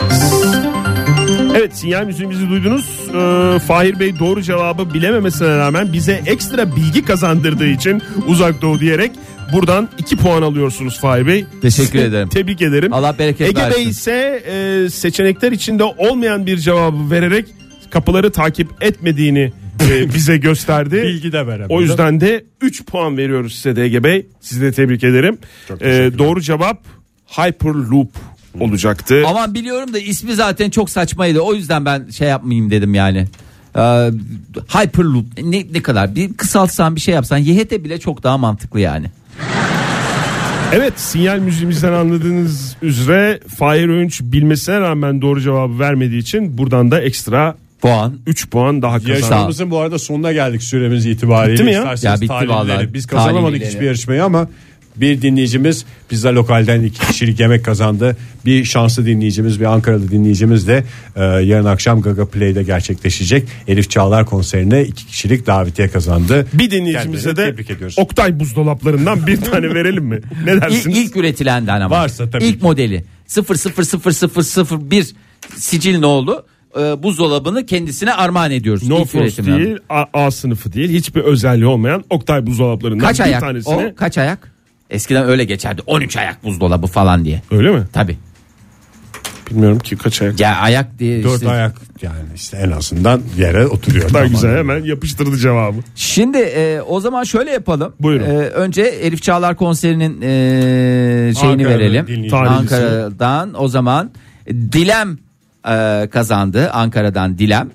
Evet, sinyal müziğimizi duydunuz. Fahir Bey doğru cevabı bilememesine rağmen bize ekstra bilgi kazandırdığı için Uzak Doğu diyerek buradan 2 puan alıyorsunuz Fahir Bey. Teşekkür ederim. Tebrik ederim. Allah bereket Ege versin. Bey ise seçenekler içinde olmayan bir cevabı vererek kapıları takip etmediğini bize gösterdi. Bilgi de veremedi. O yüzden de 3 puan veriyoruz size de Ege Bey. Sizi de tebrik ederim. Doğru cevap Hyperloop olacaktı. Aman biliyorum da ismi zaten çok saçmaydı. O yüzden ben şey yapmayayım dedim yani. Hyperloop ne kadar bir kısaltsan bir şey yapsan YHT bile çok daha mantıklı yani. Evet, sinyal müziğimizden anladığınız üzere Fahir Öğünç bilmesine rağmen doğru cevabı vermediği için buradan da ekstra Puan. 3 puan daha kazandı. Yarışmamızın bu arada sonuna geldik süremiz itibariyle. Bitti mi ya? İsterseniz Ya bitti talihleri. vallahi. Biz kazanamadık Talihleri. hiçbir yarışmayı ama bir dinleyicimiz Pizza Lokal'den 2 kişilik yemek kazandı. Bir şanslı dinleyicimiz, bir Ankaralı dinleyicimiz de yarın akşam Gaga Play'de gerçekleşecek Elif Çağlar konserine 2 kişilik davetiye kazandı. Bir dinleyicimize Kendilerini de tebrik ediyoruz. Oktay buzdolaplarından bir tane verelim mi? Ne dersiniz? İlk üretilenden ama. Varsa tabii İlk ki. modeli 00001 sicil nolu buzdolabını kendisine armağan ediyoruz. No İlk Frost üretimden. değil, A sınıfı değil, hiçbir özelliği olmayan Oktay buzdolaplarından Kaç bir ayak? tanesini. O kaç ayak? Eskiden öyle geçerdi. 13 ayak buzdolabı falan diye. Öyle mi? Tabii. Bilmiyorum ki kaç ayak. Ya ayak diye 4 işte. ayak yani işte en azından yere oturuyor. Daha güzel, hemen yapıştırdı cevabı. Şimdi o zaman şöyle yapalım. Buyurun. Önce Elif Çağlar konserinin şeyini Ankara'da verelim. dinleyici. Ankara'dan o zaman Dilem kazandı. Ankara'dan Dilem.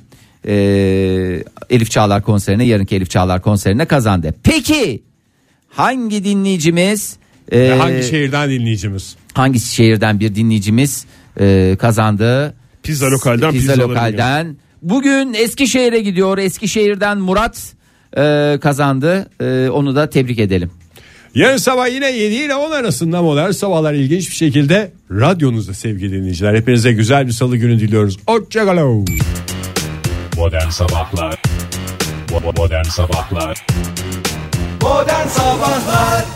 Elif Çağlar konserine, yarınki Elif Çağlar konserine kazandı. Peki hangi dinleyicimiz Hangi şehirden dinleyicimiz? hangi şehirden bir dinleyicimiz kazandı? Pizza Lokal'den Pizza pizzaları Lokal'den. Bugün Eskişehir'e gidiyor. Eskişehir'den Murat kazandı. Onu da tebrik edelim. Yarın sabah yine 7 ile 10 arasında Modern Sabahlar ilginç bir şekilde radyonuzda sevgili dinleyiciler. Hepinize güzel bir salı günü diliyoruz. Hoşçakalın. Modern Sabahlar Modern Sabahlar Modern Sabahlar